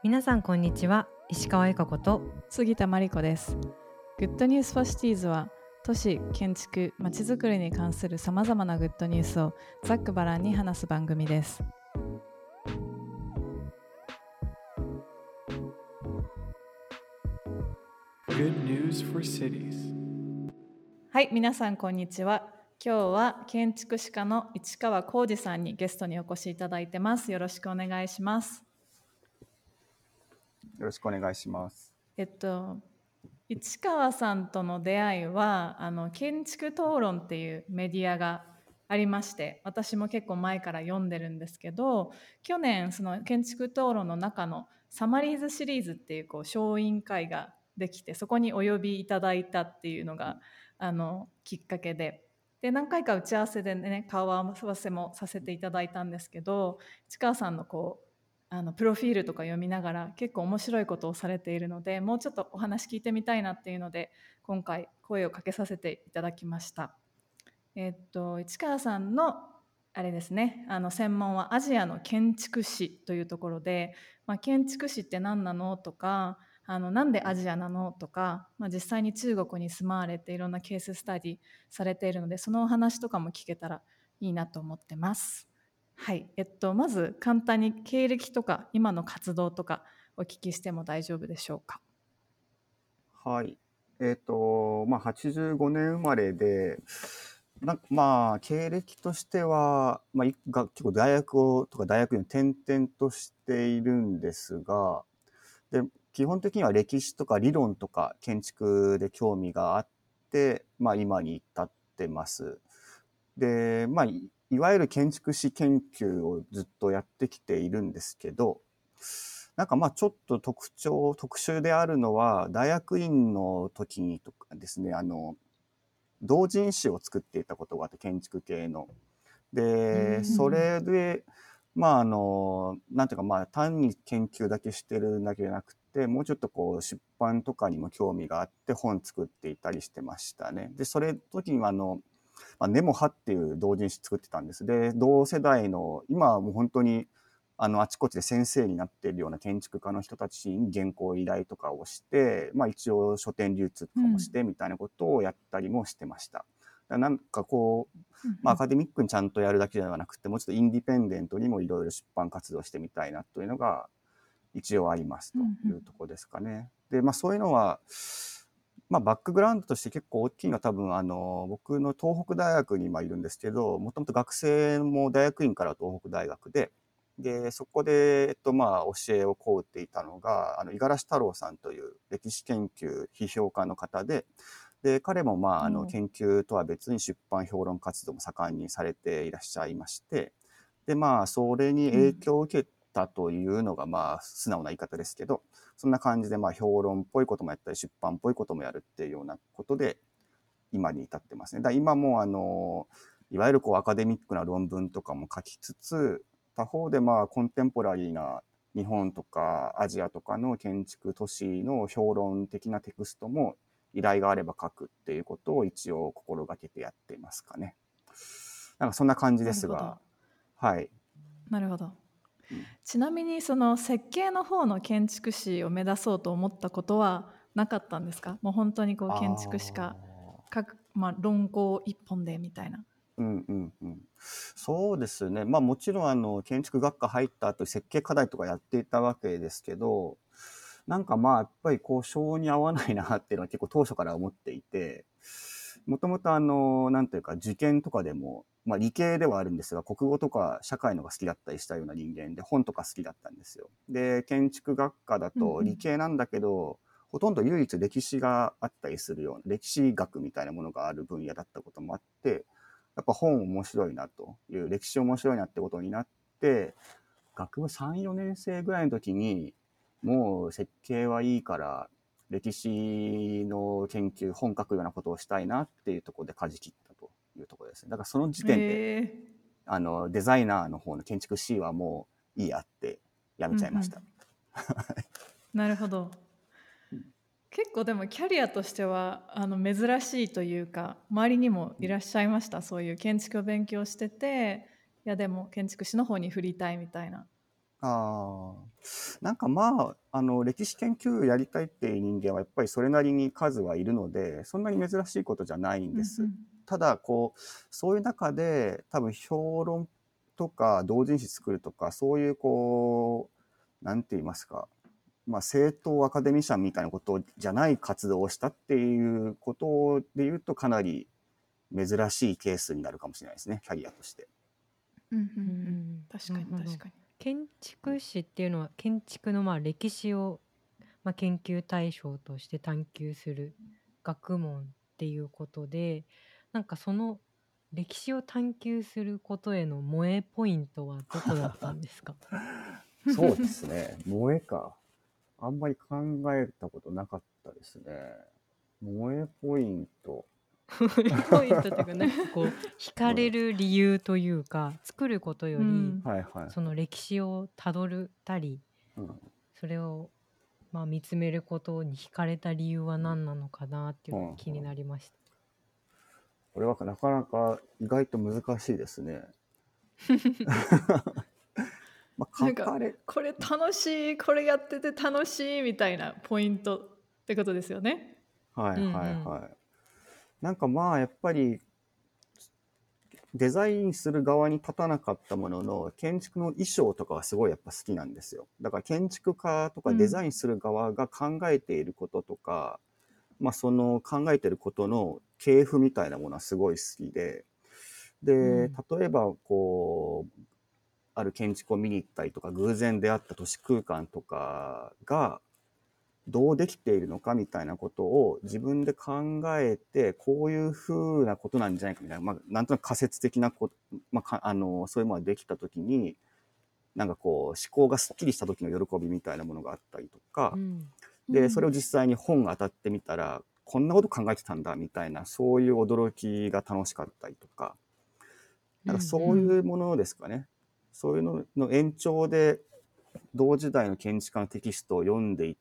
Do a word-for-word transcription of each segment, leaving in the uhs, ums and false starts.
皆さんこんにちは。石川恵香子と杉田真理子です。グッドニュースファシティーズは都市、建築、まちづくりに関するさまざまなグッドニュースをざっくばらんに話す番組です。 Good news for cities. はい、皆さんこんにちは。今日は建築士家の市川浩二さんにゲストにお越しいただいてます。よろしくお願いします。 よろしくお願いします。 えっと市川さんとの出会いはあの建築討論っていうメディアがありまして、私も結構前から読んでるんですけど、去年その建築討論の中のサマリーズシリーズっていうこう小委員会ができて、そこにお呼びいただいたっていうのがあのきっかけで、で何回か打ち合わせでね顔合わせもさせていただいたんですけど、市川さんのこうあのプロフィールとか読みながら結構面白いことをされているので、もうちょっとお話聞いてみたいなっていうので今回声をかけさせていただきました。えっと市川さんのあれですね、あの専門はアジアの建築史というところで、まあ、建築史って何なのとか、あのなんでアジアなのとか、まあ、実際に中国に住まわれていろんなケーススタディされているので、そのお話とかも聞けたらいいなと思ってます。はい、えっと、まず簡単に経歴とか今の活動とかお聞きしても大丈夫でしょうか。 はい。えっ、と、まあ、はちじゅうごねん生まれで、なまあ、経歴としては、まあ、いが結構大学をとか大学に転々としているんですが、で、基本的には歴史とか理論とか建築で興味があって、まあ、今に至ってます。で、まあ、いいわゆる建築史研究をずっとやってきているんですけど、なんかまあちょっと特徴、特殊であるのは、大学院の時にとかですね、あの、同人誌を作っていたことがあって、建築系の。で、それで、まああの、なんていうかまあ単に研究だけしてるだけじゃなくて、もうちょっとこう出版とかにも興味があって本作っていたりしてましたね。で、それ時にはあの、まあ、ネモハっていう同人誌作ってたんです。で、同世代の、今はもう本当に、あの、あちこちで先生になっているような建築家の人たちに原稿依頼とかをして、まあ一応書店流通とかもしてみたいなことをやったりもしてました。だからなんかこう、まあアカデミックにちゃんとやるだけではなくて、もうちょっとインディペンデントにもいろいろ出版活動してみたいなというのが一応ありますというところですかね。で、まあそういうのは、まあ、バックグラウンドとして結構大きいのは多分あの僕の東北大学に今いるんですけど、もともと学生も大学院から東北大学で、でそこで、えっと、まあ教えを請うていたのがあの五十嵐太郎さんという歴史研究批評家の方で、で彼もまああの研究とは別に出版評論活動も盛んにされていらっしゃいまして、でまあそれに影響を受けたというのがまあ素直な言い方ですけど、そんな感じでまあ評論っぽいこともやったり出版っぽいこともやるっていうようなことで今に至ってますね。だ今もあのいわゆるこうアカデミックな論文とかも書きつつ、他方でまあコンテンポラリーな日本とかアジアとかの建築都市の評論的なテクストも依頼があれば書くっていうことを一応心がけてやっていますかね。なんかそんな感じですが、はい。 なるほど。ちなみにその設計の方の建築士を目指そうと思ったことはなかったんですか？もう本当にこう建築士か各、まあ、論考一本でみたいな。 うんうんうん、そうですね。まあもちろんあの建築学科入った後設計課題とかやっていたわけですけど、なんかまあやっぱりこう性に合わないなっていうのは結構当初から思っていて、もともとあのなんていうか受験とかでも、まあ理系ではあるんですが、国語とか社会のが好きだったりしたような人間で本とか好きだったんですよ。で、建築学科だと理系なんだけど、ほとんど唯一歴史があったりするような歴史学みたいなものがある分野だったこともあって、やっぱ本面白いなという、歴史面白いなってことになって、学部さん、よねん生ぐらいの時に、もう設計はいいから、歴史の研究、本書くようなことをしたいなっていうところで舵切ったというところですね。だからその時点で、 えー、 あの、デザイナーの方の建築 C はもういいやってやめちゃいました。 うんうん、なるほど。結構でもキャリアとしてはあの珍しいというか、周りにもいらっしゃいました？そういう建築を勉強してて、いやでも建築士の方に振りたいみたいな。 ああ、なんかまあ、あの、歴史研究やりたいっていう人間はやっぱりそれなりに数はいるので、そんなに珍しいことじゃないんうんうです。 んただ、こう、そういう中で多分評論とか同人誌作るとか、そういうこう、なんて言いますか、まあ、正当アカデミシャンみたいなことじゃない活動をしたっていうことで言うと、かなり珍しいケースになるかもしれないですね、キャリアとして。 うんうんううんん、 確かになるほど。 確かに。 建築士っていうのは建築のまあ歴史を、まあ、研究対象として探求する学問っていうことで、なんかその歴史を探求することへの萌えポイントはどこだったんですか？ そうですね、萌えか。あんまり考えたことなかったですね。萌えポイント。 萌えポイントっていうか、なんかこう惹かれうん。 る理由というか、作ることようりんはいはいはい。 その歴史をたどるたり、 うん。 それをまあ見つめることに惹かれた理由は何なのかなっていううん。 のが気になりました。 これはなかなか意外と難しいですね。まあ、 なんか書かれ、 これ楽しい、これやってて楽しいみたいなポイントってことですよね。 うんうはいはいん。 はい。なんかまあ、やっぱりデザインする側に立たなかったものの、建築の衣装とかはすごいやっぱ好きなんですよ。だから建築家とうんかデザインする側が考えていることとか、まあその考えていることの系譜みたいなものはすごい好きで、 うで、 ん例えばこう、ある建築を見に行ったりとか、偶然出会った都市空間とかがどうできているのかみたいなことを自分で考えて、こういうふうなことなんじゃないかみたいな、まあ、なんとなく仮説的なこと、まあ、かあのそういうものができたときに、なんかこう思考がすっきりした時の喜びみたいなものがあったりとか、 うんでそれを実際に本が当たってみたら、こんなこと考えてたんだみたいな、そういう驚きが楽しかったりとか、なんかそういうものですかね。そういうのの延長で同時代の建築家のテキストを読んでいって、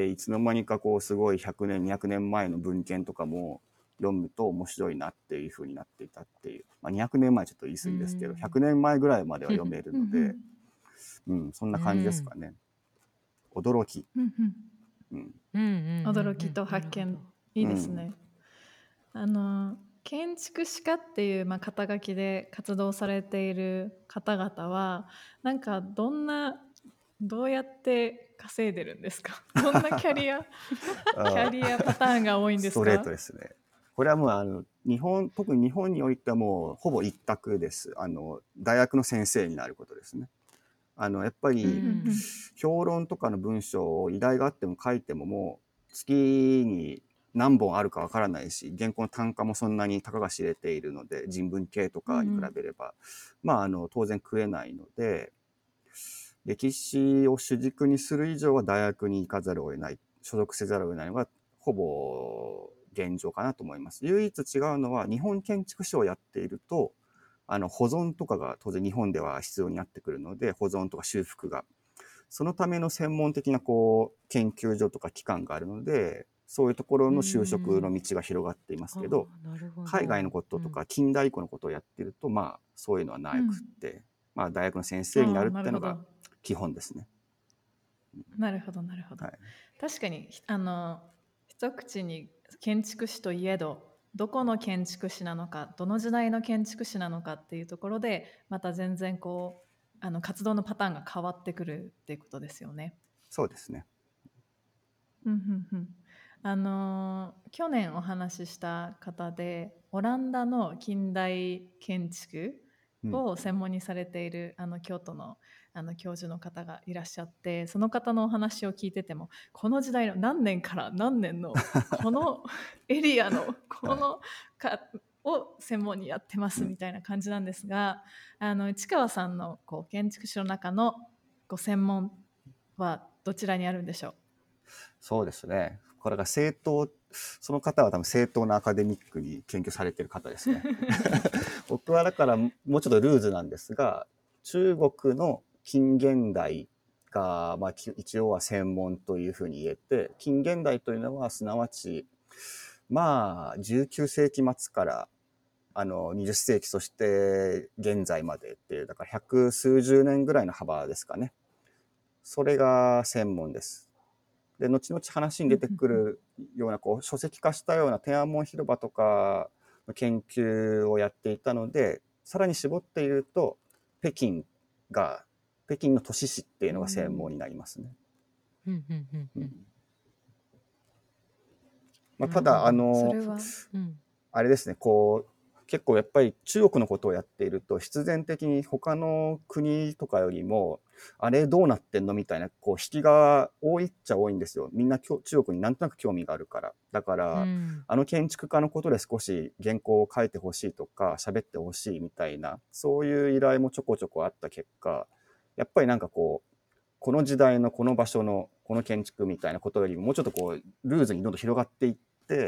いつの間にかこうすごいひゃくねんにひゃくねんまえの文献とかも読むと面白いなっていう風になっていたっていう、まあ、にひゃくねんまえちょっと言い過ぎですけど、 うんひゃくねんまえぐらいまでは読めるうんので、うん、そんな感じですかね。驚き。 うんうんうんうんうんうんうん驚きと発見なるほど。 いいですね。あの建築士家っていう、まあ、肩書きで活動されている方々はなんかどんなどうやって稼いでるんですか？どんなキャリアキャリアパターンが多いんですストレートか？ ですね。これはもうあの日本、特に日本においてはもうほぼ一択です。あの大学の先生になることですね。あのやっぱうりん評論とかの文章を依頼があっても書いてももう月に何本あるかわからないし、原稿の単価もそんなにたかが知れているので、人文系とかに比べれば、まああの当然食えないので、歴史を主軸にする以上は大学に行かざるを得ない、所属せざるを得ないのがほぼ現状かなと思います。唯一違うのは日本建築士をやっていると、あの保存とかが当然日本では必要になってくるので、保存とか修復が。そのための専門的なこう研究所とか機関があるので、そういうところの就職の道が広がっていますけど、 あーなるほど海外のこととか近代以降のことをやっていると、まあそういうのはなくって、まあ大学の先生になるっていうのが基本ですね。 なるほどなるほど、 はい、 確かにあの一口に建築士といえどどこの建築士なのかどの時代の建築士なのかっていうところでまた全然こうあの活動のパターンが変わってくるっていうことですよね。 そうですね。 うんうんうん、あのー去年お話しした方でオランダの近代建築を専門にされている、あの京都の、あの教授の方がいらっしゃって、その方のお話を聞いててもこの時代の何年から何年のこのエリアのこのかを専門にやってますみたいな感じなんですが、あの市川さんのこう建築士の中のご専門はどちらにあるんでしょう？ そうですね。これが正当、その方は多分正当なアカデミックに研究されている方ですね。僕はだからもうちょっとルーズなんですが、中国の近現代が、まあ、一応は専門というふうに言えて、近現代というのはすなわち、まあ、じゅうきゅうせいき末からあのにじゅっせいき、そして現在までっていう、だから百数十年ぐらいの幅ですかね。 それが専門です。で、後々話に出てくるような、こう、書籍化したような天安門広場とかの研究をやっていたので、さらに絞っていると、北京が、北京の都市史っていうのが専門になりますね。 うんうんうんううんん。 まあ、ただ、あなるほど。 その、 れは、 うん。 あれですね、こう、結構やっぱり中国のことをやっていると、必然的に他の国とかよりも、あれどうなってんのみたいな、こう、引きが多いっちゃ多いんですよ。みんなきょ中国になんとなく興味があるから。だかうら、 ん。 あの建築家のことで少し原稿を書いてほしいとか、喋ってほしいみたいな、そういう依頼もちょこちょこあった結果、やっぱりなんかこう、この時代のこの場所のこの建築みたいなことよりも、もうちょっとこう、ルーズにどんどん広がっていって、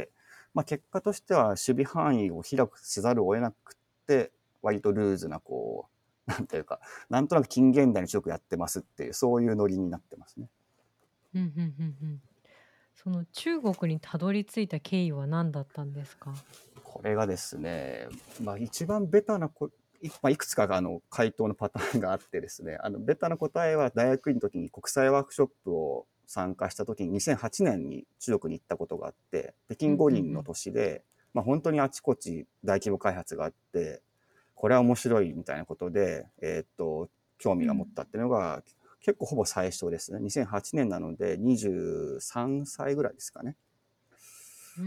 まあ、結果としては守備範囲を広くせざるを得なくて、割とルーズな、こう、なんていうか、なんとなく近現代によくやってますっていう、そういうノリになってますね。 うんうんうんうん。その中国にたどり着いた経緯は何だったんですか？ これがですね、まあ、一番ベタなこ、い,、まあ、いくつかがあの回答のパターンがあってですね、あのベタな答えは大学院の時に国際ワークショップを参加した時ににせんはちねんに中国に行ったことがあって、北京五輪の年で、まあ、本当にあちこち大規模開発があって、これは面白いみたいなことで、えーっと、興味が持ったっていうのが、結構ほぼ最初ですね。にせんはちねんなのでにじゅうさんさいぐらいですかね。 うん。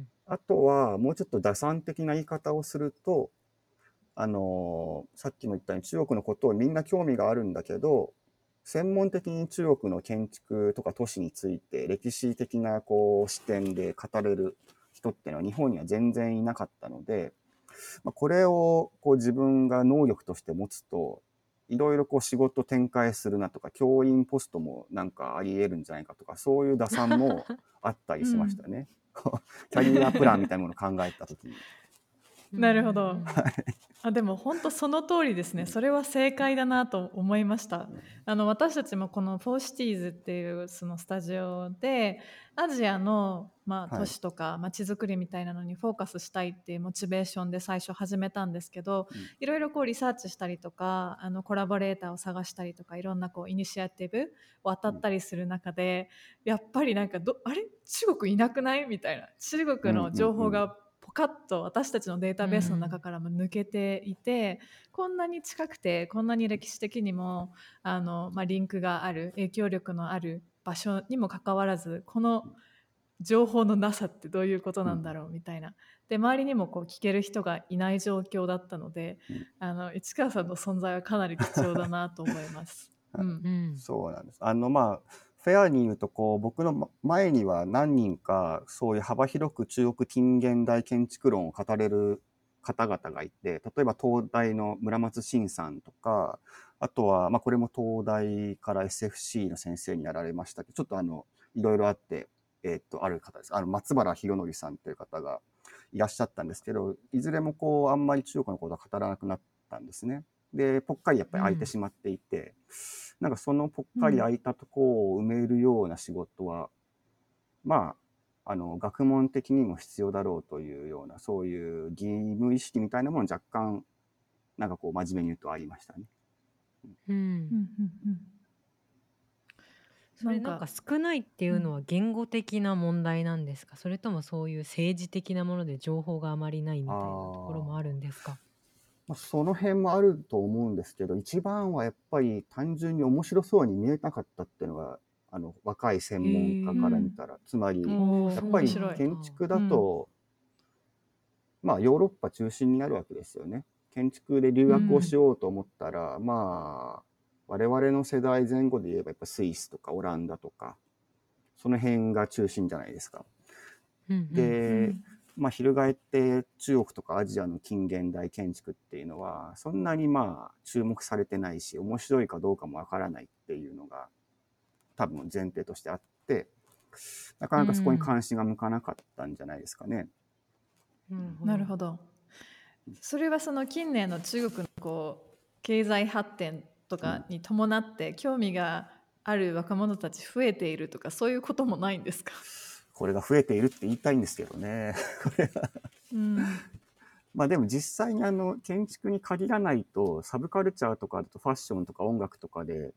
あとは、もうちょっと打算的な言い方をすると、あのーさっきも言ったように中国のことをみんな興味があるんだけど、専門的に中国の建築とか都市について歴史的なこう視点で語れる人っていうのは日本には全然いなかったので、まあ、これをこう自分が能力として持つと、いろいろこう仕事展開するなとか、教員ポストもなんかあり得るんじゃないかとか、そういう打算もあったりしましたね。キャリアプランみたいなものを考えたときに。 なるほど。 うんうんうん。 あ、でも本当その通りですね。それは正解だなと思いました。あの私たちもこのフォーシティーズっていうそのスタジオでアジアの、まあ、 はい。 都市とか街づくりみたいなのにフォーカスしたいっていうモチベーションで最初始めたんですけど、 うんいろいろこうリサーチしたりとかあのコラボレーターを探したりとかいろんなこうイニシアティブを当たったりする中で、やっぱりなんかどあれ中国いなくないみたいな、中国の情報がポカッと私たちのデータベースの中からも抜けていて、こんなに近くてこんなに歴史的にもあの、まあ、リンクがある影響力のある場所にもかかわらず、この情報のなさってどういうことなんだろうみたいな。で周りにもこう聞ける人がいない状況だったので、 うんあの市川さんの存在はかなり貴重だなと思います。 はいうんうん。 そうなんです。あの、まあ、フェアに言うと、こう、僕のま前には何人か、そういう幅広く中国近現代建築論を語れる方々がいて、例えば東大の村松真さんとか、あとは、まあ、これも東大から エスエフシー の先生になられましたけど、ちょっとあの、いろいろあって、えーっと、ある方です。あの、松原博則さんという方がいらっしゃったんですけど、いずれもこう、あんまり中国のことは語らなくなったんですね。で、ぽっかりやっぱり空いてしまっていて、なんかそのぽっかり空いたところを埋めるような仕事は、まあ、あの、学問的にも必要だろうというような、そういう義務意識みたいなもの若干、なんかこう、真面目に言うとありましたね。 うん。 うんうんうんそれなんか少ないっていうのは言語的な問題なんですか？それともそういう政治的なもので情報があまりないみたいなところもあるんですか？ まあ、その辺もあると思うんですけど、一番はやっぱり単純に面白そうに見えなかったっていうのが、あの、若い専門家から見たら、つまり、 おーやっぱり面白い建築だと、まあ、ヨーロッパ中心になるわけですよね。建築で留学をしようと思ったら、まあ、我々の世代前後で言えばやっぱスイスとかオランダとか、その辺が中心じゃないですか。 うんうん。 で、まあ、翻って中国とかアジアの近現代建築っていうのは、そんなにまあ、注目されてないし、面白いかどうかもわからないっていうのが、多分前提としてあって、なかなかそこに関心が向かなかったんじゃないですかね。 なるほど。それはその近年の中国のこう経済発展とかに伴って興味がある若者たち増えているとか、そういうこともないんですか？ これが増えているって言いたいんですけどね。これはうんまあでも実際にあの建築に限らないと、サブカルチャーとかだとファッションとか音楽とかで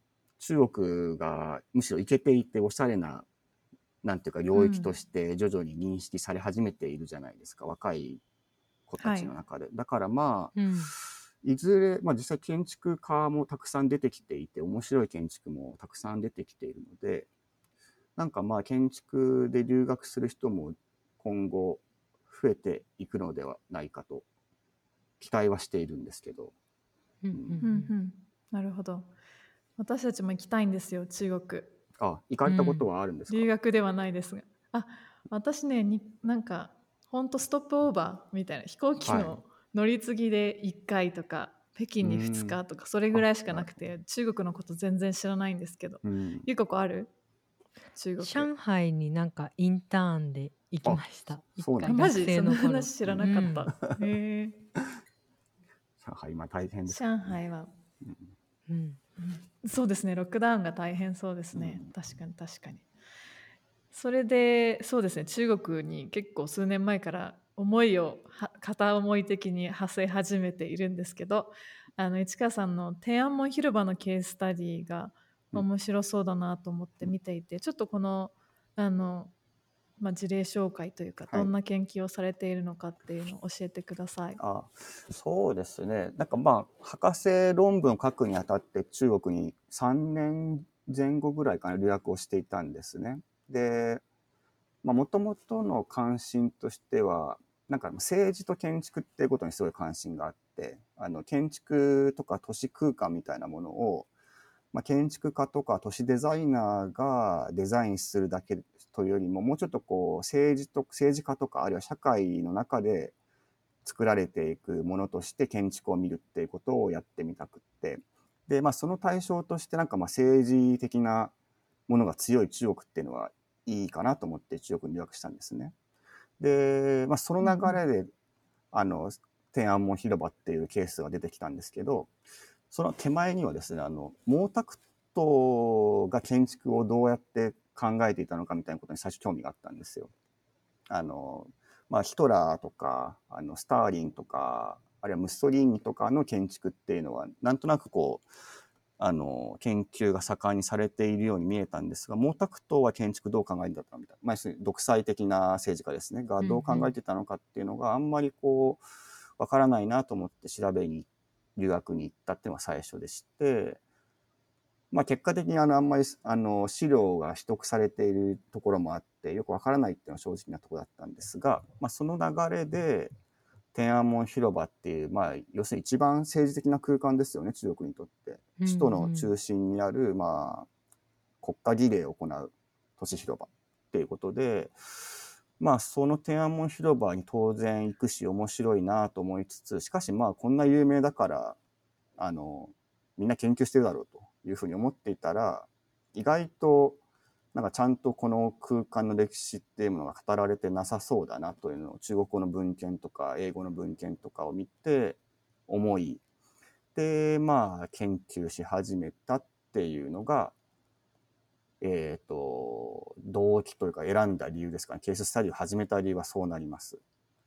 中国がむしろイケていておしゃれな、なんていうか領域として徐々に認識され始めているじゃないですか、若い子たちの中で。だからまあ、 うん。 いずれ、まあ実際建築家もたくさん出てきていて、面白い建築もたくさん出てきているので、なんかまあ建築で留学する人も今後増えていくのではないかと期待はしているんですけど。 うんううんうんん、なるほど。私たちも行きたいんですよ、中国。 あ、行かれたことはあるんですか？ 留学ではないですが。あ、私ね、になんか、ほんとストップオーバーみたいな、飛行機はい。 の乗り継ぎでいっかいとか、北京にふつかとか、それぐらいしかなくて、中国のこと全然知らないんですけど。 うん。 ゆうここある？中国。 上海になんかインターンで行きあ、 ました。一そうなあ、 回学マジ？その生の頃。 話知らなかった。へえ。 上海今大変ですからね。 上海は、 うん。 うん、そうですね、ロックダウンが大変そうですね。 うん。 確かに確かに。それで、そうですね、中国に結構数年前から思いをは片思い的に馳せ始めているんですけど、あの市川さんの天安門広場のケーススタディがうん。 面白そうだなと思って見ていて、ちょっとこのあの、まあ、事例紹介というか、 はい。 どんな研究をされているのかっていうのを教えてください。 あ、そうですね。なんかまあ、博士論文を書くにあたって中国にさんねんぜん後ぐらいかな、留学をしていたんですね。で、まあ、もともとの関心としては、なんか政治と建築っていうことにすごい関心があって、あの、建築とか都市空間みたいなものを、まあ、建築家とか都市デザイナーがデザインするだけというよりも、もうちょっとこう、政治と、政治家とか、あるいは社会の中で作られていくものとして建築を見るっていうことをやってみたくって。で、まあ、その対象としてなんかまあ政治的なものが強い中国っていうのはいいかなと思って中国に留学したんですね。で、まあ、その流れで、あの、天安門広場っていうケースが出てきたんですけど、その手前にはですね、あの、毛沢東が建築をどうやって考えていたのかみたいなことに最初興味があったんですよ。あの、まあ、ヒトラーとか、あの、スターリンとか、あるいはムッソリーニとかの建築っていうのは、なんとなくこう、あの、研究が盛んにされているように見えたんですが、毛沢東は建築どう考えてたのみたいな、まあ、要するに独裁的な政治家ですね、がどう考えてたのかっていうのがあんまりこう、わからないなと思って調べに、留学に行ったっていうのが最初でして、まあ、結果的にあのあんまりあの資料が取得されているところもあってよくわからないっていうのは正直なところだったんですが、まあ、その流れで天安門広場っていう、まあ、要するに一番政治的な空間ですよね、中国にとって。首都の中心にある、まあ、国家儀礼を行う都市広場っていうことで、まあ、その天安門広場に当然行くし面白いなと思いつつ、しかしまあこんな有名だからあのみんな研究してるだろうというふうに思っていたら、意外となんかちゃんとこの空間の歴史っていうものが語られてなさそうだなというのを中国語の文献とか英語の文献とかを見て思い、でまあ研究し始めたっていうのが、えっと動機というか選んだ理由ですかね。ケーススタディを始めた理由はそうなります。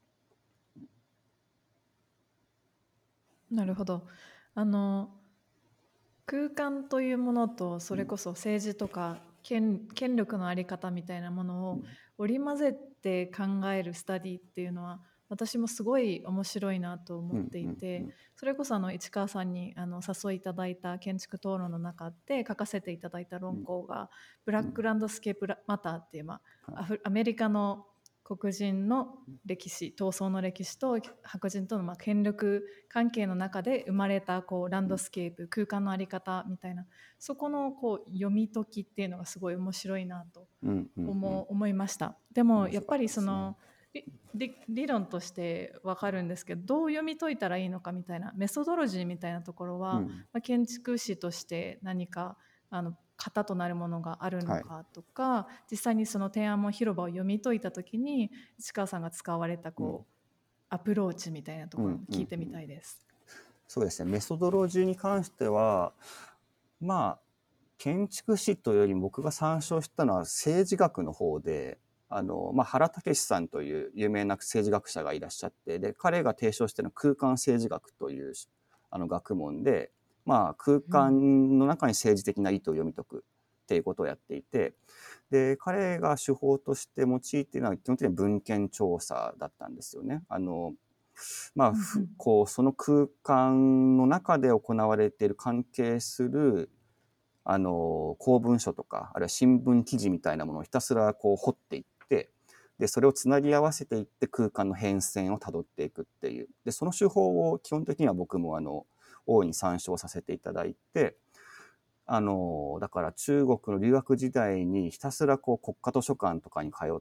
なるほど。あの空間というものとそれこそ政治とか権、権力の在り方みたいなものを織り交ぜて考えるスタディっていうのは私もすごい面白いなと思っていて、それこそあの市川さんにあの誘いいただいた建築討論の中で書かせていただいた論考がブラックランドスケープマターっていう、まあ、アフアメリカの黒人の歴史、闘争の歴史と白人とのまあ権力関係の中で生まれたこうランドスケープ、空間の在り方みたいな、そこのこう読み解きっていうのがすごい面白いなと思思いました。でもやっぱりその理, 理論として分かるんですけど、どう読み解いたらいいのかみたいなメソドロジーみたいなところは、まあ、建築士として何かあの型となるものがあるのかとか、はい、実際にその天安門広場を読み解いた時に市川さんが使われたこう、うん、アプローチみたいなところも聞いてみたいです。 うんうんうん、そうですね。メソドロジーに関しては、まあ建築士というより僕が参照したのは政治学の方で、あの、まあ、原武さんという有名な政治学者がいらっしゃって、で彼が提唱しているのは空間政治学というあの学問で、 まあ、空うん。 間の中に政治的な意図を読み解くっていうことをやっていて、で、彼が手法として用いているのは基本的には文献調査だったんですよね。あの、まあ、 うんうふんこう、その空間の中で行われている関係する、あの、公文書とか、あるいは新聞記事みたいなものをひたすらこう掘っていって、で、それをつなぎ合わせていって空間の変遷をたどっていくっていう。で、その手法を基本的には僕もあの、大いに参照させていただいて、あの、だから中国の留学時代にひたすらこう国家図書館とかに通って、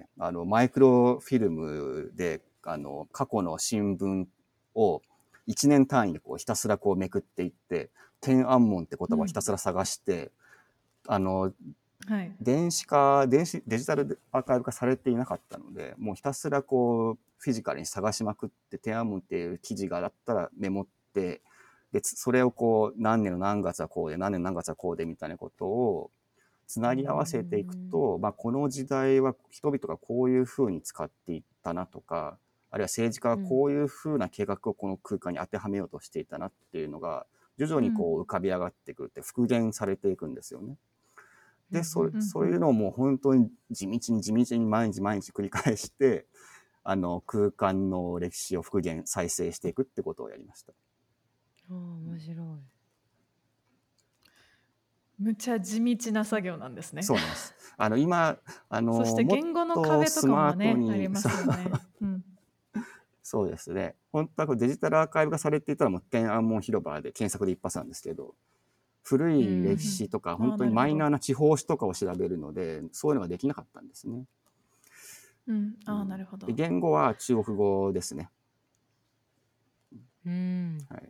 あの、マイクロフィルムで、あの、過去の新聞をいちねん単位でこうひたすらこうめくっていって、天安門って言葉をひたすら探して、あの、 はい。 電子化、電子、デジタルアーカイブ化されていなかったので、もうひたすらこう、フィジカルに探しまくって、天安門っていう記事があったらメモって、で、つそれをこう、何年の何月はこうで、何年の何月はこうでみたいなことをつうなぎ合わせていくん。 と、まあ、この時代は人々がこういうふうに使っていったなとか、あるいは政治家がうん。 こういうふうな計画をこの空間に当てはめようとしていたなっていうのが、徐々 うんにこう浮かび上がってくるって復元されていくんですよね。で、 うん。 それ、 うんそういうのをもう本当に地道に地道に毎日毎日繰り返して、あの、空間の歴史を復元、再生していくってことをやりました。 ああ、面白い。 むちゃ地道な作業なんですね。 そうなんです。あの、今、あそしの、もって言語のと壁とスマートかもね、あに、 りまそうすよね。うん。 そうですね。本当はこうデジタルアーカイブ化されていたらもう天安門広場で検索で一発なんですけど、古うい歴うんん。 史とかうん。ああ、 本当になるほど。 マイナーな地方史とかを調べるので、そういうのができなかったんですね。 うん。ああ、 うん、で、 なるほど。 言語は中国語ですね。 うん。 はい。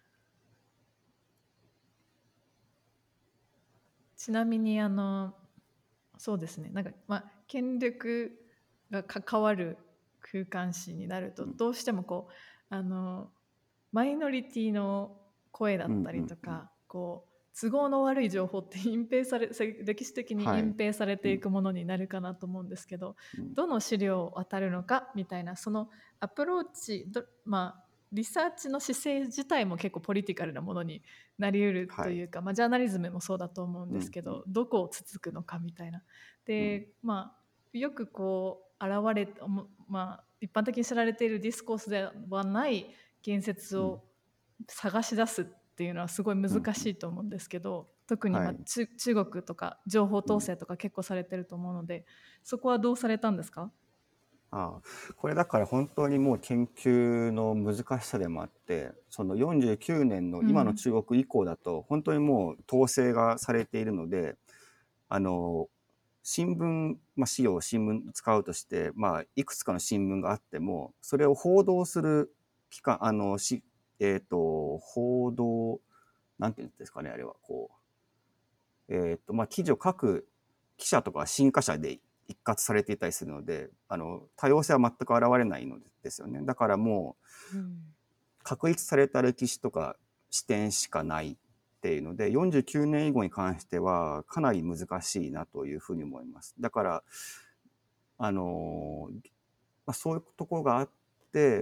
ちなみに、あの、そうですね。なんか、まあ、権力が関わる空間史になると、 うんどうしてもこう、あの、マイノリティの声だうんったうんうん。 りとか、こう、都合の悪い情報って隠蔽され、せ歴史的にはい。 隠蔽されうんていくものになるかなと思うんですけど、 うんどの資料を当たるのかみたいな、そのアプローチ、どまあ、リサーチの姿勢自体も結構ポリティカルなものになりうるとはい。 いうか、まあ、ジャーナリズムもそうだと思うんうんうんですけど、どこをつつくのかみたいな。 うんで、まあ、よくこう現れ、もまあ、一般的に知られているディスコースではない言説うんを探し出すっていうのはすごい難うんうん。 しいと思うんですけど、特に、まあ、 はい。 中中国とか情報うん。 統制とか結構されてると思うので、そこはどうされたんですか？ ああ、これだから本当にもう研究の難しさでもあって、そのよんじゅうきゅうねんの今のうん。 中国以降だと、本当にもう統制がされているので、あの、新聞、まあ、資料を新聞使うとして、まあ、いくつかの新聞があっても、それを報道する機関、あの、し、えっと、報道、なんていうんですかね、あれは、こう、えっと、まあ、記事を書く記者とか新華社で一括されていたりするので、あの、多様性は全く現れないのですよね。だからもう、 うん。 確立された歴史とか視点しかないっていうので、よんじゅうきゅうねん以後に関してはかなり難しいなというふうに思います。だから、あの、まあ、そういうところがあって、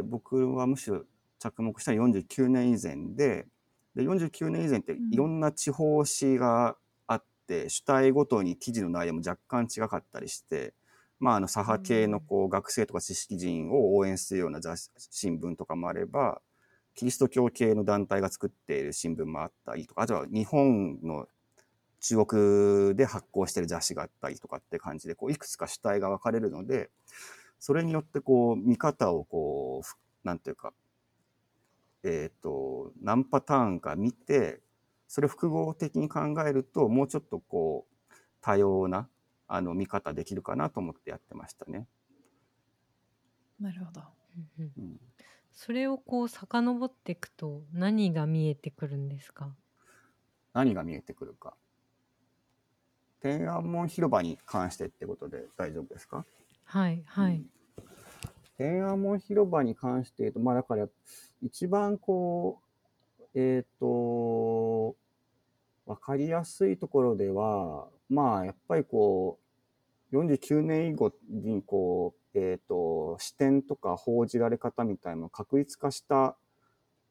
僕はむしろ着目したのはよんじゅうきゅうねん以前で、で、よんじゅうきゅうねん以前っていろんな地方紙があって、主体ごとに記事の内容も若干違かったりして、まあ、あの、左う派系のん。 こう学生とか知識人を応援するような雑誌新聞とかもあれば、キリスト教系の団体が作っている新聞もあったりとか、あとは日本の中国で発行している雑誌があったりとかって感じで、こういくつか主体が分かれるので、それによってこう見方をこう、なんていうか、えっと、何パターンか見て、それを複合的に考えると、もうちょっとこう、多様なあの見方できるかなと思ってやってましたね。 なるほど。 うんうん。 うん、 それをこう遡っていくと何が見えてくるんですか？ 何が見えてくるか。天安門広場に関してってことで大丈夫ですか？ はいはい。 うん、天安門広場に関して言うと、まあだから一番こう、えっと、わかりやすいところでは、まあやっぱりこう、よんじゅうきゅうねん以後にこう、えっと、視点とか報じられ方みたいなのを確立化した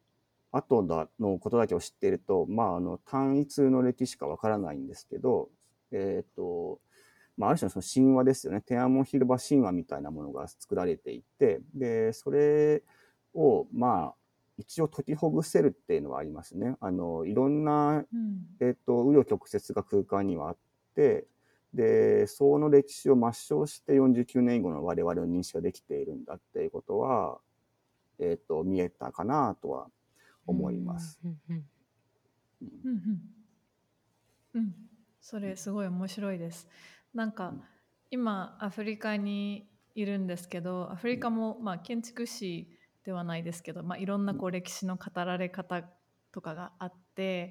後だのことだけを知っていると、まあ、あの単一の歴史しかわからないんですけど、えっとまあ、ある種のその神話ですよね。天安門広場神話みたいなものが作られていて、でそれをまあ一応解きほぐせるっていうのはありますね。あのいろんな、 うんえっと紆余曲折が空間にはあって、でその歴史を抹消してよんじゅうきゅうねんごの我々の認識ができているんだっていうことは、えっと見えたかなとは思います。 うんうんうんうんうんそれすごい面白いです。なんか今アフリカにいるんですけど、アフリカもまあ建築士ではないですけど、まあ、いろんなこう歴史の語られ方とかがあって、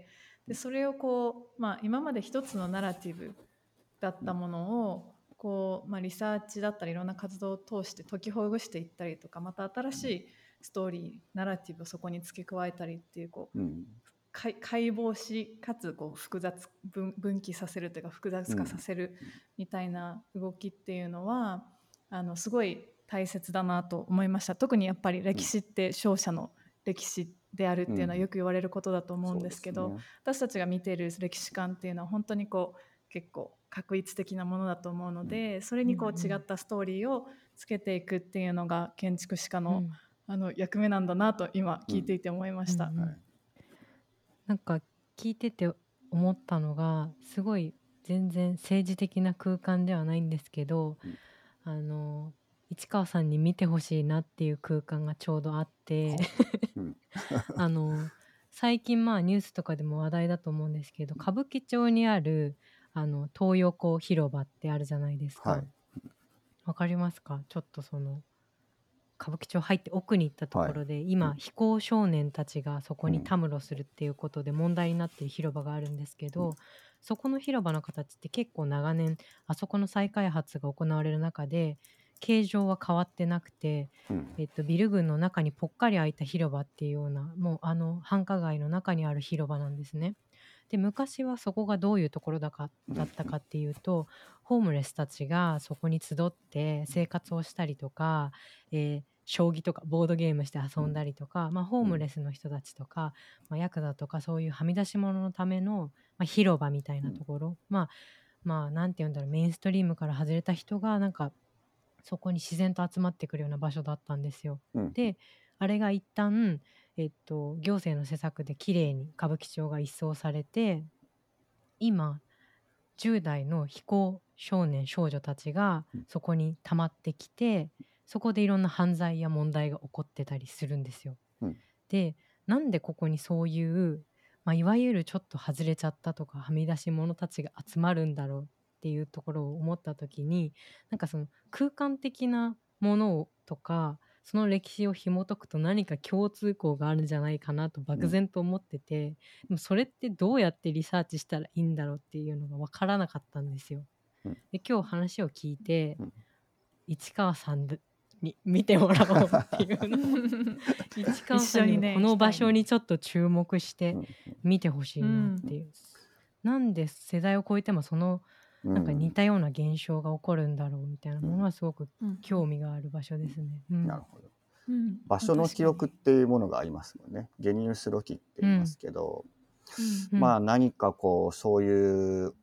でそれをこう、まあ、今まで一つのナラティブだったものをこう、まあ、リサーチだったりいろんな活動を通して解きほぐしていったりとか、また新しいストーリーナラティブをそこに付け加えたりっていうこううん解解剖しかつこう複雑 分, 分岐させるというか複雑化させるみたいな動きっていうのは、あのすごい大切だなと思いました。特にやっぱり歴史って勝者の歴史であるっていうのはよく言われることだと思うんですけど、 そうですね。 私たちが見ている歴史観っていうのは本当にこう結構確一的なものだと思うので、それにこう違ったストーリーをつけていくっていうのが建築士家の、 うんあの役目なんだなと今聞いていて思いました。 うんうんはいなんか聞いてて思ったのが、すごい全然政治的な空間ではないんですけど、 うんあの市川さんに見てほしいなっていう空間がちょうどあってうんあの最近まあニュースとかでも話題だと思うんですけど、歌舞伎町にあるあの東横広場ってあるじゃないですか。 はいわかりますか？ちょっとその歌舞伎町入って奥に行ったところで、今非行少年たちがそこにたむろするっていうことで問題になっている広場があるんですけど、そこの広場の形って結構長年あそこの再開発が行われる中で形状は変わってなくて、 うんえっと、ビル群の中にぽっかり空いた広場っていうような、もうあの繁華街の中にある広場なんですね。で昔はそこがどういうところだかだったかっていうと、ホームレスたちがそこに集って生活をしたりとか、えー将棋とかボードゲームして遊んだりとか、まあ、ホームレスの人たちとか、まあ、ヤクザとかそういうはみ出し者のための、まあ、広場みたいなところ、まあまあなんて言うんだろう、メインストリームから外れた人がなんかそこに自然と集まってくるような場所だったんですよ。 うんであれが一旦、えっと、行政の施策で綺麗に歌舞伎町が一掃されて、今じゅう代の非行少年少女たちがそこに溜まってきて、そこでいろんな犯罪や問題が起こってたりするんですよ。 うんでなんでここにそういう、まあ、いわゆるちょっと外れちゃったとかはみ出し者たちが集まるんだろうっていうところを思った時に、なんかその空間的なものをとかその歴史を紐解くと何か共通項があるんじゃないかなと漠然と思ってて、でもそれってどうやってリサーチしたらいいんだろうっていうのが分からなかったんですよ。 うんで今日話を聞いて、 うん市川さんに見てもらおうっていうのを市川さんにもこの場所にちょっと注目して見てほしいなっていう、なんで世代を超えてもそのなんか似たような現象が起こるんだろうみたいなものはすごく興味がある場所ですね。うんなるほど。 うん場所の記憶っていうものがありますもんね。ゲニウスロキって言いますけど、 うんまあ何かこうそういう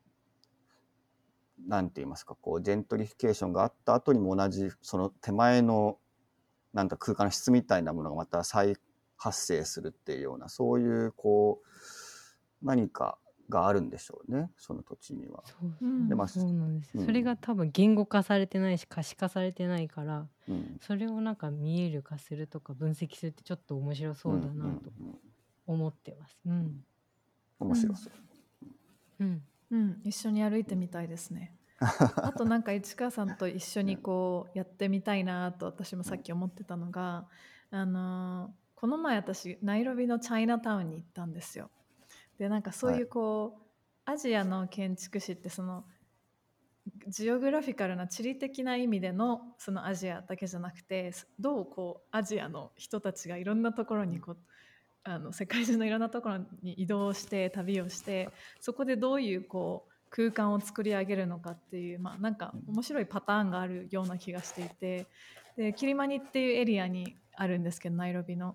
なんて言いますか、こうジェントリフィケーションがあった後にも同じその手前のなんか空間の質みたいなものがまた再発生するっていうような、そういうこう何かがあるんでしょうね、その土地には。 そううんそうでまあそうなんです、 うんそれが多分言語化されてないし可視化されてないから、 うんそれをなんか見える化するとか分析するってちょっと面白そうだなとうんうん思ってます。うん面白そう。 うんうん、一緒に歩いてみたいですね。あとなんか市川さんと一緒にこうやってみたいなと私もさっき思ってたのが、あのーこの前私ナイロビのチャイナタウンに行ったんですよ。でなんかそういうこう、アジアの建築士ってそのジオグラフィカルな地理的な意味でのそのアジアだけじゃなくて、どうこうアジアの人たちがいろんなところにこうあの世界中のいろんなところに移動して旅をして、そこでどういうこう空間を作り上げるのかっていう、まあ、なんか面白いパターンがあるような気がしていて、でキリマニっていうエリアにあるんですけどナイロビの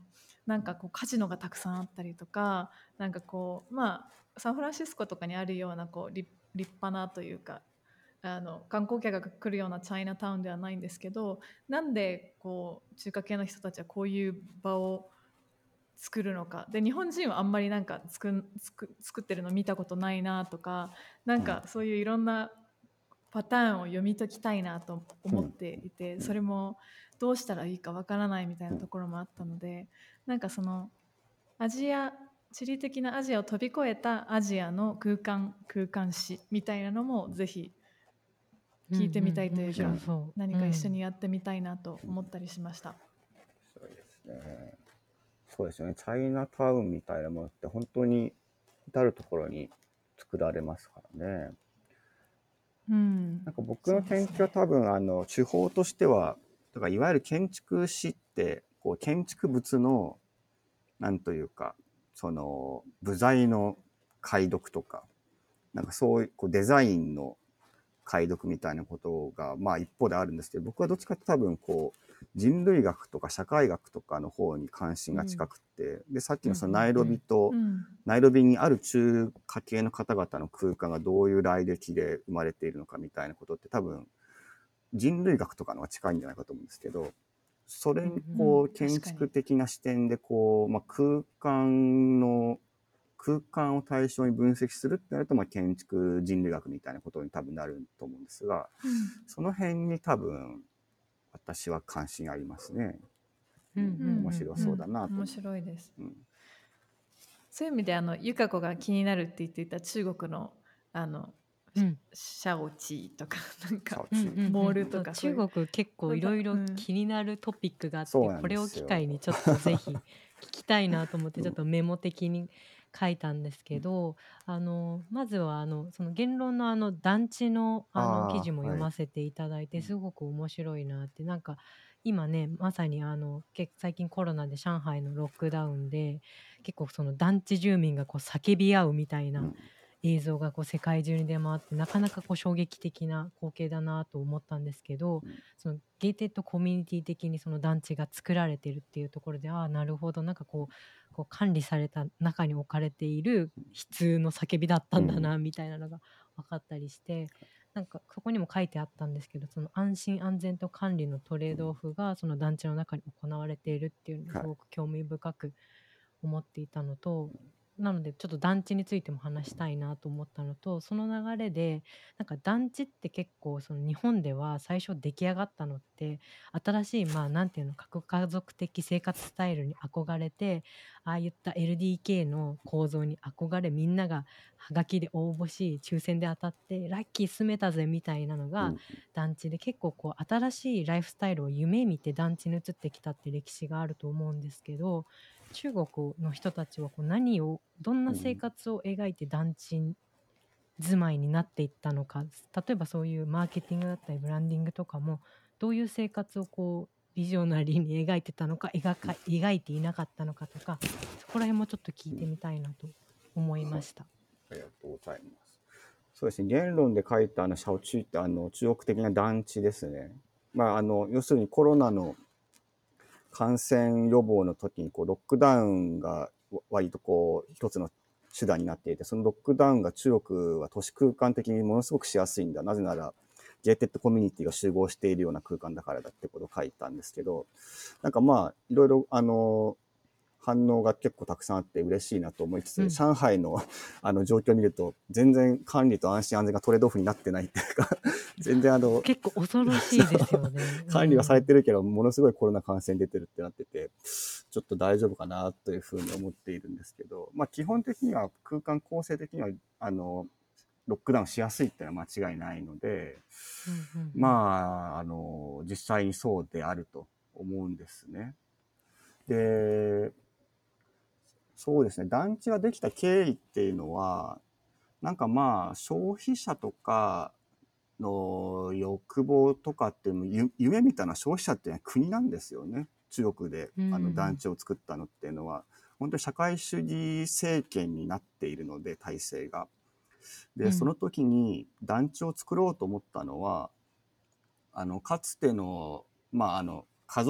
なんかこうカジノがたくさんあったりとか、なんかこうまあサンフランシスコとかにあるようなこう立立派なというか、あの観光客が来るようなチャイナタウンではないんですけど、なんでこう中華系の人たちはこういう場を作るのかで、日本人はあんまりなんか作ん作作ってるの見たことないなとか、なんかそういういろんなパターンを読み解きたいなと思っていて、それもどうしたらいいかわからないみたいなところもあったので、なんかそのアジア地理的なアジアを飛び越えたアジアの空間空間史みたいなのもぜひ聞いてみたいというか、 うんうん面白そう何か一緒にやってみたいなと思ったりしました。 そうですね。そうですよね。チャイナタウンみたいなものって本当に至るところに作られますからね。 うんなんか僕の研究は多分あの手法としては、だからいわゆる建築史ってこう建築物のなんというかその部材の解読とか、なんかそういうこうデザインの解読みたいなことがまあ一方であるんですけど、僕はどっちかって多分こう人類学とか社会学とかの方に関心が近くて、うん、でさっきのそのナイロビと、うんうん、ナイロビにある中華系の方々の空間がどういう来歴で生まれているのかみたいなことって多分人類学とかのが近いんじゃないかと思うんですけど、それにこう建築的な視点でこう、まあ、空間の空間を対象に分析するってなると、まあ、建築人類学みたいなことに多分なると思うんですが、うん、その辺に多分私は関心ありますね。うん、面白そうだなと、うん。 面白いです。うん、そういう意味であのゆか子が気になるって言っていた中国のあの、うん、シャオチーとかなんかモールとか、 中国結構いろいろ気になるトピックがあって、 うん、 これを機会にちょっとぜひ聞きたいなと思ってちょっとメモ的に書いたんですけど、あのまずはあのその言論のあの団地のあの記事も読ませていただいて、すごく面白いなって、なんか今ねまさにあの最近コロナで上海のロックダウンで結構その団地住民がこう叫び合うみたいな映像がこう世界中に出回って、なかなかこう衝撃的な光景だなと思ったんですけど、そのゲーテッドコミュニティ的にその団地が作られてるっていうところで、ああなるほど、なんかこうこう管理された中に置かれている悲痛の叫びだったんだなみたいなのが分かったりして、なんかそこにも書いてあったんですけど、その安心安全と管理のトレードオフがその団地の中に行われているっていうのをすごく興味深く思っていたのと、なのでちょっと団地についても話したいなと思ったのと、その流れでなんか団地って結構その日本では最初出来上がったのって新しいまあなんていうの核家族的生活スタイルに憧れて、ああいった エルディーケー の構造に憧れ、みんながはがきで応募し抽選で当たってラッキー住めたぜみたいなのが団地で、結構こう新しいライフスタイルを夢見て団地に移ってきたって歴史があると思うんですけど、中国の人たちはこう何をどんな生活を描いて団地住まいになっていったのか、例えばそういうマーケティングだったりブランディングとかもどういう生活をこうビジョナリーに描いてたのか、描か描いていなかったのかとか、そこら辺もちょっと聞いてみたいなと思いました。 ありがとうございます。そうですね、言論で書いたあのシャオチュってあの中国的な団地ですね。まあ、あの要するにコロナの感染予防の時にこうロックダウンが割とこう一つの手段になっていて、そのロックダウンが中国は都市空間的にものすごくしやすいんだ、なぜならゲーテッドコミュニティが集合しているような空間だからだってことを書いたんですけど、なんかまあいろいろあの反応が結構たくさんあって嬉しいなと思いつつ、うん、上海のあの状況を見ると全然管理と安心安全がトレードオフになってないっていうか全然あの結構恐ろしいですよね管理はされてるけど、うん、ものすごいコロナ感染出てるってなっててちょっと大丈夫かなというふうに思っているんですけど、まあ基本的には空間構成的にはあのロックダウンしやすいっていうのは間違いないので、うんうんうん、まああの実際にそうであると思うんですね。でそうですね、団地ができた経緯っていうのはなんかまあ消費者とかの欲望とかっていうの夢みたいな、消費者っていうのは国なんですよね。中国であの団地を作ったのっていうのは、うん、本当に社会主義政権になっているので体制が。で、うん、その時に団地を作ろうと思ったのはあのかつてのまああの家族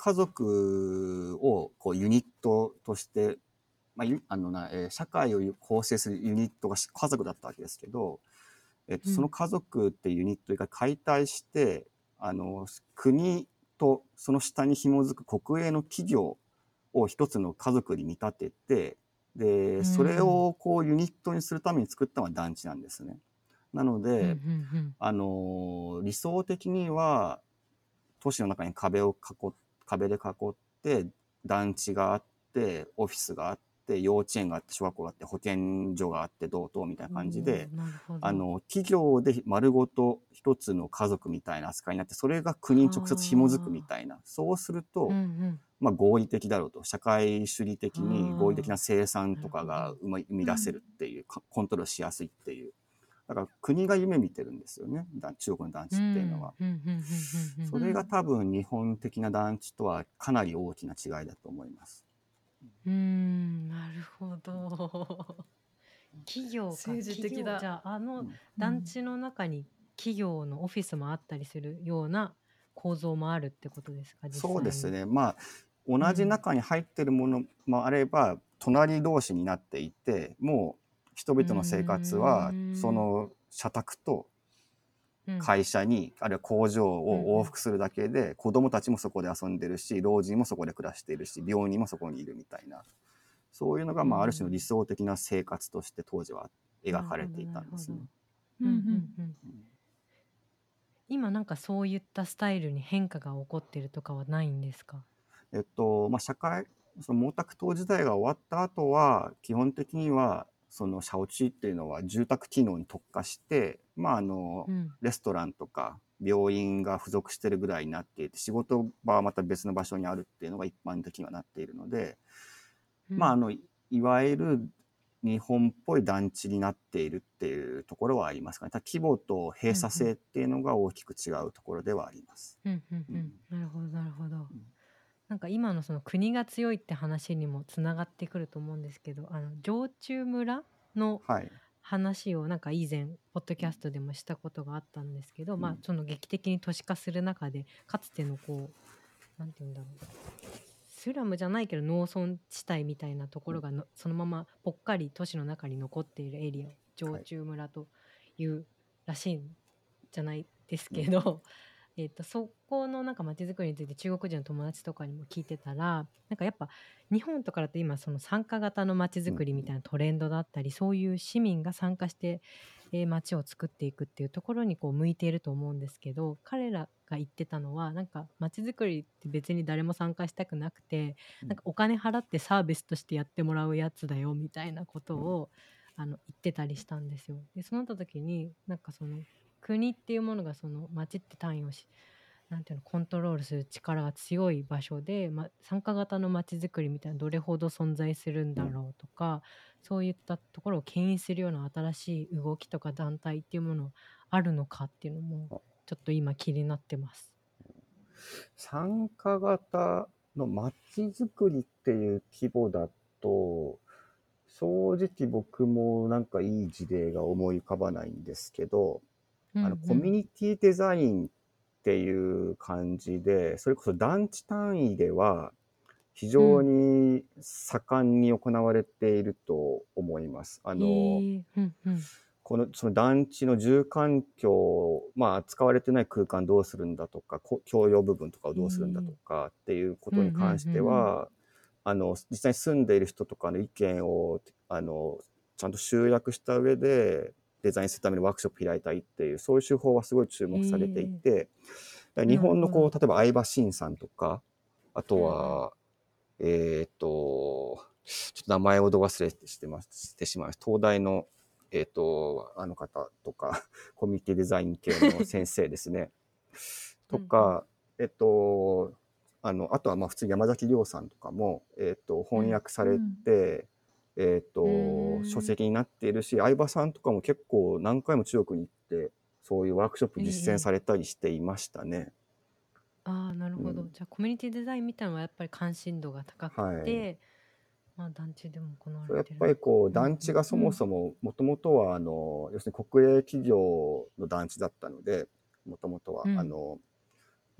家族をこうユニットとして、まあ、ゆあのなえー社会を構成するユニットがし家族だったわけですけど、えっと、 うんその家族っていうユニットが解体して、あの国とその下に紐づく国営の企業を一つの家族に見立てて、でうそれんをこうユニットにするために作ったのが団地なんですね。なのうんうで、 んあの理想的には都市の中に壁を囲っ壁で囲って団地があってオフィスがあって幼稚園があって小学校があって保健所があってどうとみたいな感じで、 おーなるほど。 あの企業で丸ごと一つの家族みたいな扱いになって、それが国に直接紐づくみたいな、そうするうんと、 うんまあ、合理的だろうと、社会主義的に合理的なあ生産あなるほとかがど。 生み生み出せうんるっていう、かコントロールしやすいっていう、だから国が夢見てるんですよね、だ中国の団う地っていうのは。 んうんうんうんうんそれが多分日本的な団地とはかなり大きな違いだと思います。 うん。うーんなるほど。企業か政治企的だ。 業じゃああのうん団地の中に企業のオフィスもあったりするような構造もあるってことですか実そうで際に。 すね。まあ、 う同じん中に入ってるものもあれば、隣同士になっていて、もう人う 々の生活は、そーんの社宅とうん会社に、あるいは工場うんうんを往復するだけで、子供たちもそこで遊んでるし、老人もそこで暮らしているし、病人もそこにいるみたいな、そういうのが、 うまあ、ある種のん理想的な生活として当時は描かれていなるほどなるほど。 たんですね。 うんうんうんうんうん今なんかそういったスタイルに変化が起こってるとかはないんですか？ えっと、まあ、社会、その毛沢東時代が終わった後は、基本的には、そのシャオチーっていうのは住宅機能に特化して、まあ、あの、 うんレストランとか病院が付属してるぐらいになっていて、仕事場はまた別の場所にあるっていうのが一般的にはなっているので、まあ、あうんの、いいわゆる日本っぽい団地になっているっていうところはありますかね。ただ規模と閉鎖性っていうのが大きく違うところではあります。 うんうんううんんなるほどなるほど。 うんなんか今のその国が強いって話にもつながってくると思うんですけど、あの常駐村のはい。 話をなんか以前ポッドキャストでもしたことがあったんですけど、 うんまあその劇的に都市化する中でかつてのこうなんて言うんだろうスラムじゃないけど農村地帯みたいなところがのそのままぽっかり都市の中に残っているエリアを常駐村というらしいんじゃないですけど、えーとそこのなんか街づくりについて中国人の友達とかにも聞いてたらなんかやっぱ日本とかだと今その参加型の街づくりみたいなトレンドだったりそういう市民が参加してえー街を作っていくっていうところにこう向いていると思うんですけど彼らが言ってたのはなんか街づくりって別に誰も参加したくなくてなんかお金払ってサービスとしてやってもらうやつだよみたいなことをあの言ってたりしたんですよ。でそうなった時になんかその国っていうものがその街って単位をしなんていうのコントロールする力が強い場所で、ま、参加型の街づくりみたいなどれほど存在するんだろうとかそういったところを牽引するような新しい動きとか団体っていうものあるのかっていうのもちょっと今気になってます。 参加型の街づくりっていう規模だと、正直僕もなんかいい事例が思い浮かばないんですけど、 うんあのコミュニティデザインっていう感じで、それこそ団地単位では非常に盛んに行われていると思います。あへの、 えうんうんこのその団地の住環境、まあ、使われてない空間どうするんだとか、こ共用部分とかをどうするんだとかっていうことに関してうんうんは、あの実際に住んでいる人とかの意見をあのちゃんと集約した上でデザインするためのワークショップ開いたいっていう、そういう手法はすごい注目されていて、だから日本のこう、 なるほど例えば相葉真さんとか、あとうんうんは、えっと、ちょっと名前をど忘れしてますしてしまいました。東大の、えっと、あの方とか、コミュニティデザイン系の先生ですね。とか、えっと、あの、あとはまあ普通に山崎亮さんとかも、えっと、翻訳されて、えっと、 うん書籍になっているし、相葉さんとかも結構何回も中国に行って、そういうワークショップ実践されたりしていましたね。 ああなるほど、 うんじゃあコミュニティデザインみたいなのはやっぱり関心度が高くて、 はいまあ団地でも行わそうやっれてるぱりこううん団地がそもそももともとはあの要するに国営企業の団地だったのでもともとはうんあの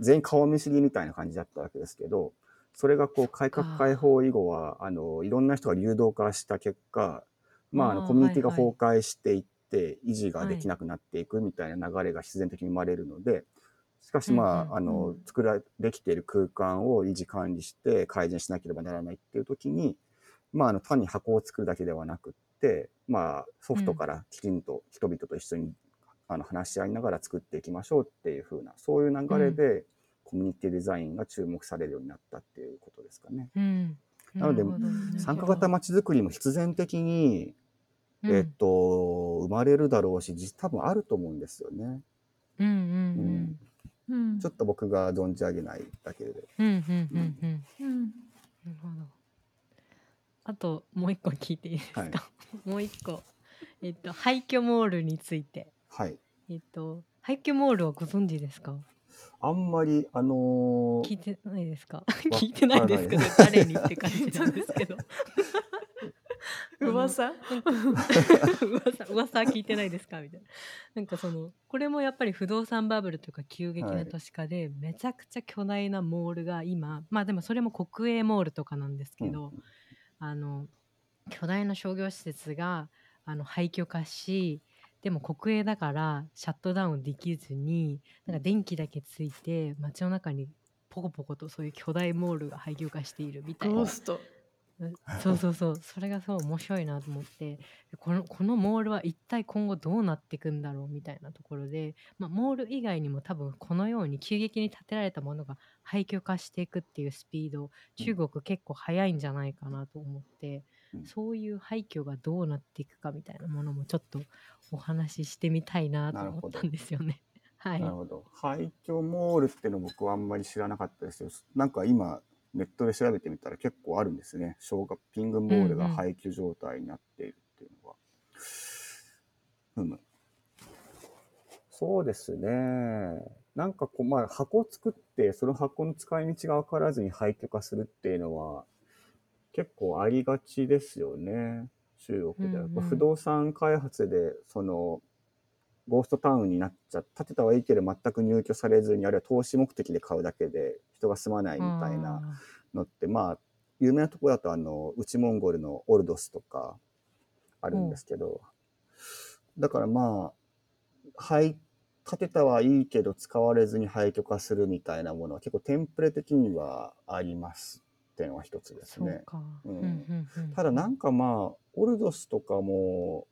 全員顔見知りみたいな感じだったわけですけど、それがこう改革開放以後はあのいろんな人が流動化した結果、まあ、あのあコミュニティがはいはい崩壊していって維持がはいできなくなっていくみたいな流れが必然的に生まれるので、しかしうんまあ、あうのん作らできている空間を維持管理して改善しなければならないっていう時に、まあ、あの単に箱を作るだけではなくって、まあ、ソフトからきちんと人々と一緒にあの話し合いながら作っていきましょうっていう風な、そういう流れでコミュニティデザインが注目されるようになったっていうことですかね。 うんなのでなるほどうん参加なるほど型まちづくりも必然的に、 うんえっと、生まれるだろうし、実多分あると思うんですよね。 うんうんうんうんちょっと僕が存じ上げないだけで。 うんうんうんうんうんなるほど。あともう一個聞いていいですか、 はい。 もう一個えっと廃墟モールについてはい。 えっと廃墟モールはご存知ですか？ あんまり、あの聞いてないですか？ わ聞いてないですか？ からないです。 誰にって感じなんですけどあの噂なんか噂噂聞いてないですかみたいな。なんかそのこれもやっぱり不動産バブルとか急激はない都市化でめちゃくちゃ巨大なモールが今、まあでもそれも国営モールとかなんですうん。 けど、あの巨大な商業施設があの廃墟化し、でも国営だからシャットダウンできずに、なんか電気だけついて街の中にポコポコとそういう巨大モールが廃墟化しているみたいな。 ゴーストうんそうそうそう、それがそう面白いなと思って、このこのモールは一体今後どうなっていくんだろうみたいなところで、まあ、モール以外にも多分このように急激に建てられたものが廃墟化していくっていうスピード、中国結構早いんじゃないかなと思って、 うんそういう廃墟がどうなっていくかみたいなものもちょっとお話ししてみたいなとなるほど思ったんですよね。は。 ないるほど。廃墟モールっていうの僕はあんまり知らなかったですけど、なんか今ネットで調べてみたら結構あるんですね。ショーピングモールが廃墟状態になっているっていうのは。うん、そうですね。なんかこう、まあ箱を作ってその箱の使い道が分からずに廃墟化するっていうのは結構ありがちですよね。中国では。 うんうん不動産開発でそのゴーストタウンになっちゃ建てたはいいけど全く入居されずに、あるいは投資目的で買うだけで人が住まないみたいなあのって、まあ有名なところだとあの内モンゴルのオルドスとかあるんですけど、だからまあ廃建てたはいいけど使われずに廃墟化するみたいなものは結構テンプレ的にはありますっていうのは一つーですね。 そうか。 うんうんうんうんただなんかまあオルドスとかも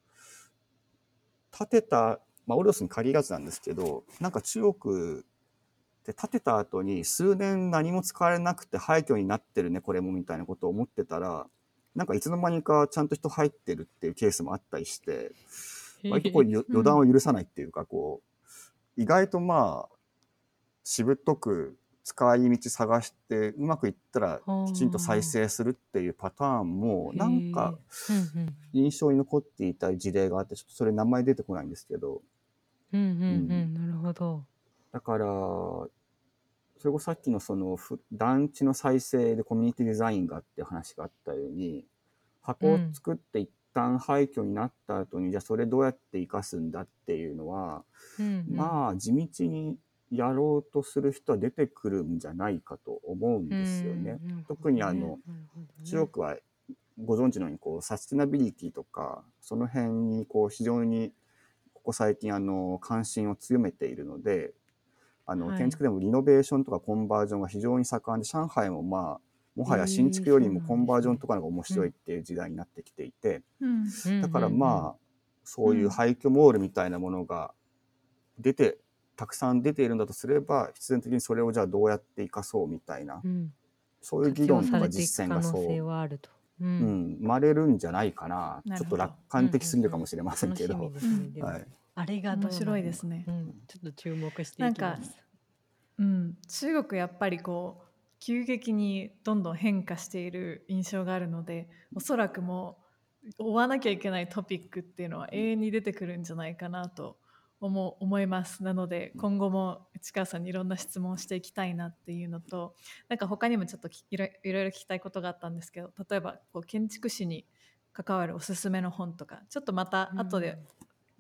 建てた、まあ、オルドスに限らずなんですけど、なんか中国で建てた後に数年何も使われなくて廃墟になってるねこれもみたいなことを思ってたら、なんかいつの間にかちゃんと人入ってるっていうケースもあったりして、割とこう予予断を許さないっていうか、こう意外とまあしぶとく使い道探してうまくいったらきちんと再生するっていうパターンもなんかうんうん印象に残っていた事例があって、ちょっとそれ名前出てこないんですけど、 うんうんううんん、なるほど。 だからそれこそさっきのそのふ団地の再生でコミュニティデザインがっていう話があったように、箱を作って一旦廃墟になった後に、じゃあそれどうやって生かすんだっていうのは、 うんうん、 まあ地道にやろうとする人は出てくるんじゃないかと思うんですよね。 うん特にあの、 なるほどね中国はご存知のようにこうサステナビリティとかその辺にこう非常にここ最近あの関心を強めているので、あのはい建築でもリノベーションとかコンバージョンが非常に盛んで、上海もまあもはや新築よりもコンバージョンとかの方が面白いっていう時代になってきていて、 うんだからまあそういううん廃墟モールみたいなものが出てたくさん出ているんだとすれば、必然的にそれをじゃあどうやって生かそうみたいな、 うん、 そういう議活用論とかされていく実践がそう、 可能性はあると。ううんん、生まれるんじゃないかな。 なるほどちょっと楽観的すぎるかもしれませんけど、 楽しみですね。 うんでも、 はい、 あれがどうなるのか面白いですねうん、ちょっと注目してなんかいきます。 うん、中国やっぱりこう急激にどんどん変化している印象があるので、おそらくもう追わなきゃいけないトピックっていうのは永遠に出てくるんじゃないかなと思う思います。なので今後も市川さんにいろんな質問をしていきたいなっていうのと、なんか他にもちょっときいろいろいろ聞きたいことがあったんですけど、例えばこう建築士に関わるおすすめの本とか、ちょっとまた後で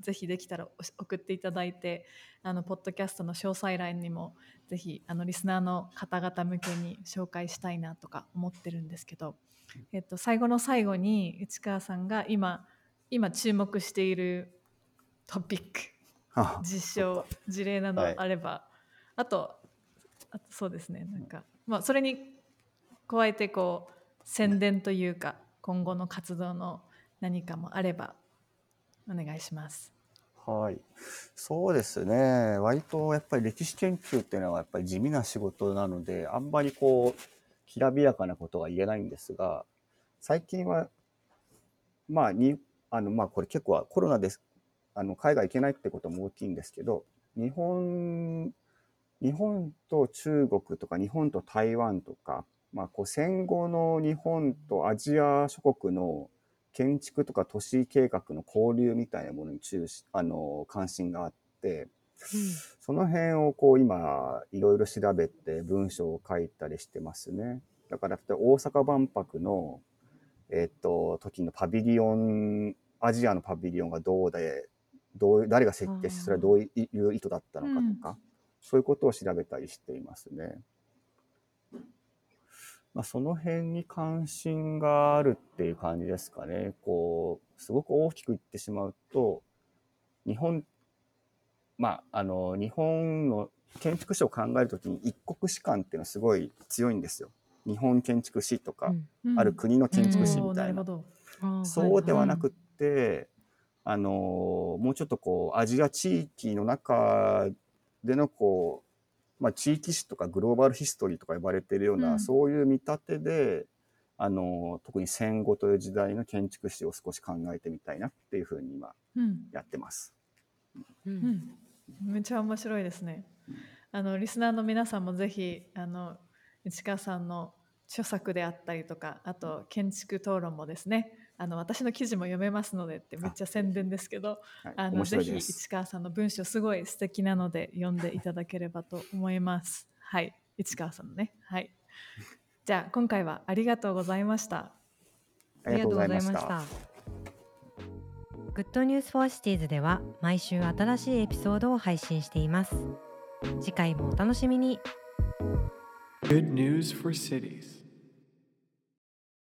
ぜひできたら送っていただいて、あのポッドキャストの詳細欄にもぜひあのリスナーの方々向けに紹介したいなとか思ってるんですけど、えっと、最後の最後に内川さんが今今注目しているトピック、 あ実証事例などはいあれば、あとあとそうですね、なんか、まあ、それに加えてこう宣伝というか今後の活動の何かもあればお願いします。 はい、そうですね。割とやっぱり歴史研究っていうのはやっぱり地味な仕事なので、あんまりこうきらびやかなことは言えないんですが、最近はまあにあのまあこれ結構コロナです。あの海外行けないってことも大きいんですけど、日本日本と中国とか日本と台湾とか、まあ、こう戦後の日本とアジア諸国の建築とか都市計画の交流みたいなものに注視あの関心があって、 うんその辺をこう今いろいろ調べて文章を書いたりしてますね。だから例えば大阪万博の、えっと、時のパビリオン、アジアのパビリオンがどうで、どう誰が設計してそれはどういう意図だったのかとか、そういうことを調べたりしていますね。まあ、その辺に関心があるっていう感じですかね。こう、すごく大きく言ってしまうと、日本、まあ、あの、日本の建築史を考えるときに一国史観っていうのはすごい強いんですよ。日本建築史とか、 うんある国の建築史みおーたな。 ないるほど。 あーそうではなくっいて、あの、もうちょっとこう、アジア地域の中でのこう、まあ、地域史とかグローバルヒストリーとか呼ばれているような、 うんそういう見立てで、あの、特に戦後という時代の建築史を少し考えてみたいなっていうふうに今うんやってます。 ううんん、めっちゃ面白いですね。あのリスナーの皆さんもぜひあの市川さんの著作であったりとか、あと建築討論もですね、あの私の記事も読めますのでってめっちゃ宣伝ですけど、 はい、 あの面ぜひ白いです。 市川さんの文章すごい素敵なので読んでいただければと思います。はい、市川さんのね。はい。じゃあ今回はありがとうございました。 ありがとうございました。 た。グッドニュースフォーシティーズでは毎週新しいエピソードを配信しています。次回もお楽しみに。 Good news for cities.